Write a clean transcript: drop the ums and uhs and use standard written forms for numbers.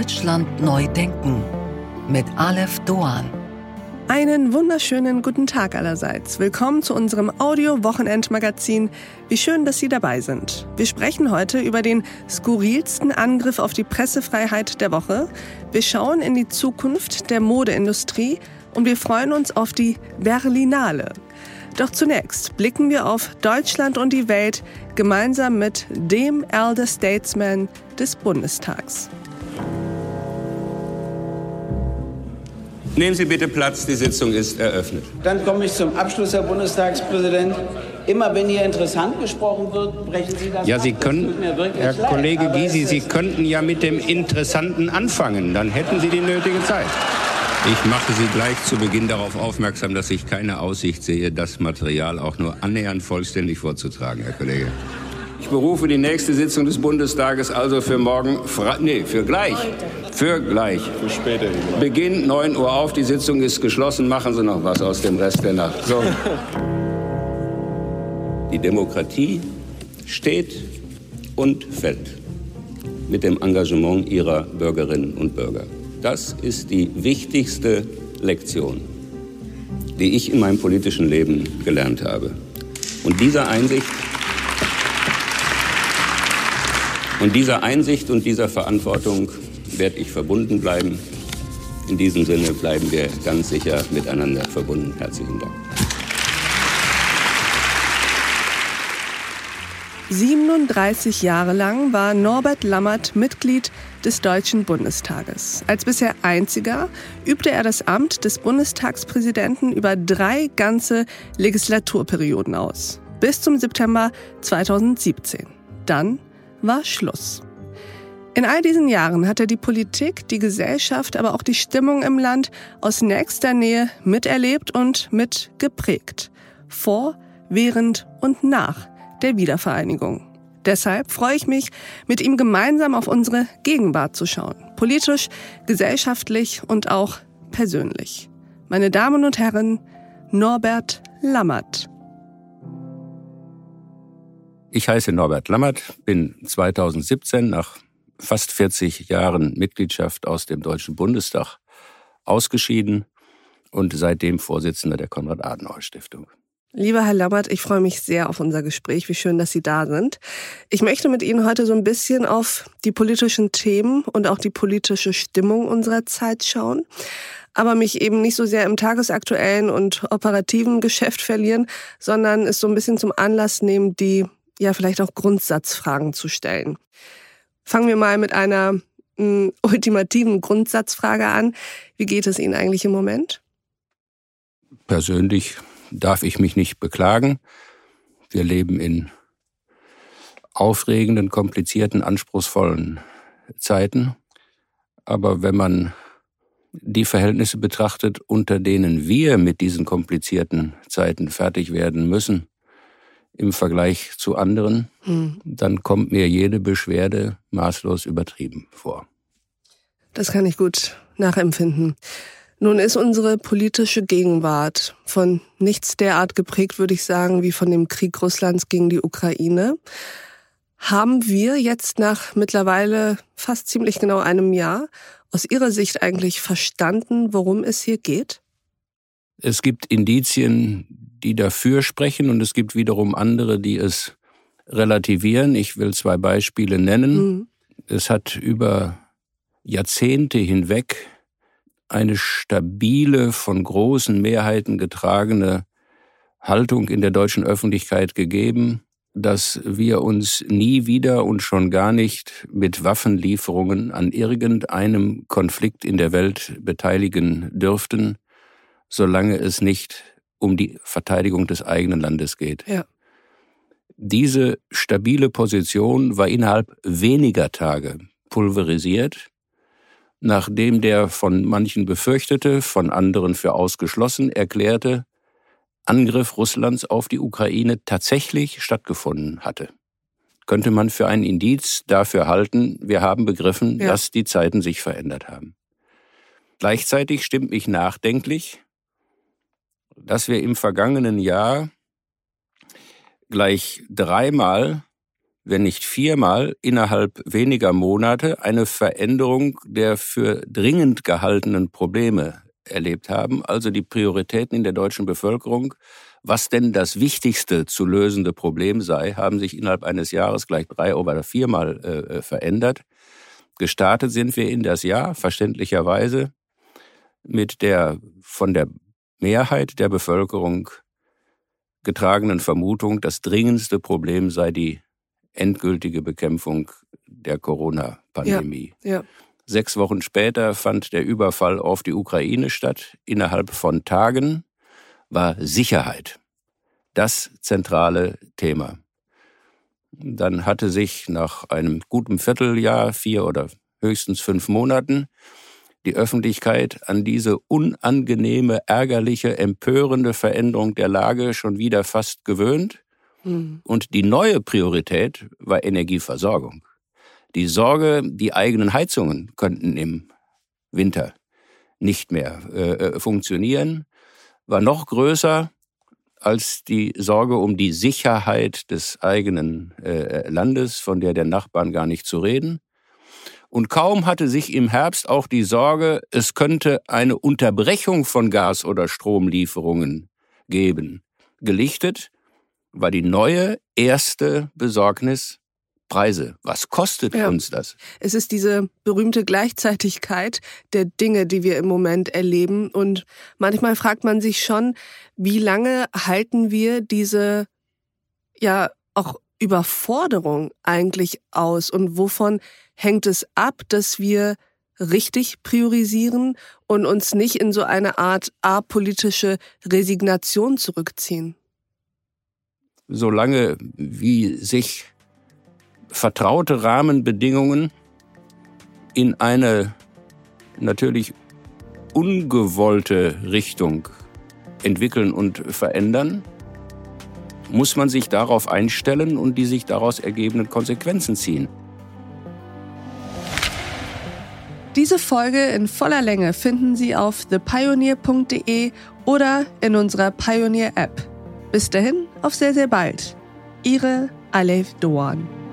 Deutschland neu denken mit Aleph Doan. Einen wunderschönen guten Tag allerseits. Willkommen zu unserem Audio-Wochenendmagazin. Wie schön, dass Sie dabei sind. Wir sprechen heute über den skurrilsten Angriff auf die Pressefreiheit der Woche. Wir schauen in die Zukunft der Modeindustrie und wir freuen uns auf die Berlinale. Doch zunächst blicken wir auf Deutschland und die Welt gemeinsam mit dem Elder Statesman des Bundestags. Nehmen Sie bitte Platz, die Sitzung ist eröffnet. Dann komme ich zum Abschluss, Herr Bundestagspräsident. Immer wenn hier interessant gesprochen wird, brechen Sie das Ja, ab. Sie können, Herr Kollege Gysi, Sie könnten ja mit dem Interessanten anfangen. Dann hätten Sie die nötige Zeit. Ich mache Sie gleich zu Beginn darauf aufmerksam, dass ich keine Aussicht sehe, das Material auch nur annähernd vollständig vorzutragen, Herr Kollege. Ich berufe die nächste Sitzung des Bundestages also für morgen, für gleich. Für später. Beginn 9 Uhr auf, die Sitzung ist geschlossen. Machen Sie noch was aus dem Rest der Nacht. So. Die Demokratie steht und fällt mit dem Engagement ihrer Bürgerinnen und Bürger. Das ist die wichtigste Lektion, die ich in meinem politischen Leben gelernt habe. Und dieser Einsicht und dieser Verantwortung werde ich verbunden bleiben. In diesem Sinne bleiben wir ganz sicher miteinander verbunden. Herzlichen Dank. 37 Jahre lang war Norbert Lammert Mitglied des Deutschen Bundestages. Als bisher einziger übte er das Amt des Bundestagspräsidenten über 3 ganze Legislaturperioden aus. Bis zum September 2017. Dann war Schluss. In all diesen Jahren hat er die Politik, die Gesellschaft, aber auch die Stimmung im Land aus nächster Nähe miterlebt und mitgeprägt. Vor, während und nach der Wiedervereinigung. Deshalb freue ich mich, mit ihm gemeinsam auf unsere Gegenwart zu schauen. Politisch, gesellschaftlich und auch persönlich. Meine Damen und Herren, Norbert Lammert. Ich heiße Norbert Lammert, bin 2017 nach fast 40 Jahren Mitgliedschaft aus dem Deutschen Bundestag ausgeschieden und seitdem Vorsitzender der Konrad-Adenauer-Stiftung. Lieber Herr Lammert, ich freue mich sehr auf unser Gespräch. Wie schön, dass Sie da sind. Ich möchte mit Ihnen heute so ein bisschen auf die politischen Themen und auch die politische Stimmung unserer Zeit schauen, aber mich eben nicht so sehr im tagesaktuellen und operativen Geschäft verlieren, sondern es so ein bisschen zum Anlass nehmen, die ja vielleicht auch Grundsatzfragen zu stellen. Fangen wir mal mit einer ultimativen Grundsatzfrage an. Wie geht es Ihnen eigentlich im Moment? Persönlich darf ich mich nicht beklagen. Wir leben in aufregenden, komplizierten, anspruchsvollen Zeiten. Aber wenn man die Verhältnisse betrachtet, unter denen wir mit diesen komplizierten Zeiten fertig werden müssen, im Vergleich zu anderen, dann kommt mir jede Beschwerde maßlos übertrieben vor. Das kann ich gut nachempfinden. Nun ist unsere politische Gegenwart von nichts derart geprägt, würde ich sagen, wie von dem Krieg Russlands gegen die Ukraine. Haben wir jetzt nach mittlerweile fast ziemlich genau einem Jahr aus Ihrer Sicht eigentlich verstanden, worum es hier geht? Es gibt Indizien, die dafür sprechen, und es gibt wiederum andere, die es relativieren. Ich will 2 Beispiele nennen. Es hat über Jahrzehnte hinweg eine stabile, von großen Mehrheiten getragene Haltung in der deutschen Öffentlichkeit gegeben, dass wir uns nie wieder und schon gar nicht mit Waffenlieferungen an irgendeinem Konflikt in der Welt beteiligen dürften, solange es nicht um die Verteidigung des eigenen Landes geht. Ja. Diese stabile Position war innerhalb weniger Tage pulverisiert, nachdem der von manchen befürchtete, von anderen für ausgeschlossen erklärte Angriff Russlands auf die Ukraine tatsächlich stattgefunden hatte. Könnte man für ein Indiz dafür halten, wir haben begriffen, dass die Zeiten sich verändert haben. Gleichzeitig stimmt mich nachdenklich, dass wir im vergangenen Jahr gleich 3-mal wenn nicht 4-mal innerhalb weniger Monate eine Veränderung der für dringend gehaltenen Probleme erlebt haben. Also die Prioritäten in der deutschen Bevölkerung, was denn das wichtigste zu lösende Problem sei, haben sich innerhalb eines Jahres gleich 3 oder 4-mal verändert. Gestartet sind wir in das Jahr, verständlicherweise, mit der von der Mehrheit der Bevölkerung getragenen Vermutung, das dringendste Problem sei die endgültige Bekämpfung der Corona-Pandemie. Ja. 6 Wochen später fand der Überfall auf die Ukraine statt. Innerhalb von Tagen war Sicherheit das zentrale Thema. Dann hatte sich nach einem guten Vierteljahr, 4 oder höchstens 5 Monaten, die Öffentlichkeit an diese unangenehme, ärgerliche, empörende Veränderung der Lage schon wieder fast gewöhnt. Und die neue Priorität war Energieversorgung. Die Sorge, die eigenen Heizungen könnten im Winter nicht mehr funktionieren, war noch größer als die Sorge um die Sicherheit des eigenen Landes, von der Nachbarn gar nicht zu reden. Und kaum hatte sich im Herbst auch die Sorge, es könnte eine Unterbrechung von Gas- oder Stromlieferungen geben, gelichtet, war die neue erste Besorgnis Preise. Was kostet uns das? Es ist diese berühmte Gleichzeitigkeit der Dinge, die wir im Moment erleben. Und manchmal fragt man sich schon, wie lange halten wir diese auch Überforderung eigentlich aus? Und wovon hängt es ab, dass wir richtig priorisieren und uns nicht in so eine Art apolitische Resignation zurückziehen? Solange wie sich vertraute Rahmenbedingungen in eine natürlich ungewollte Richtung entwickeln und verändern, muss man sich darauf einstellen und die sich daraus ergebenden Konsequenzen ziehen. Diese Folge in voller Länge finden Sie auf thepioneer.de oder in unserer Pioneer-App. Bis dahin, auf sehr, sehr bald. Ihre Alef Doan.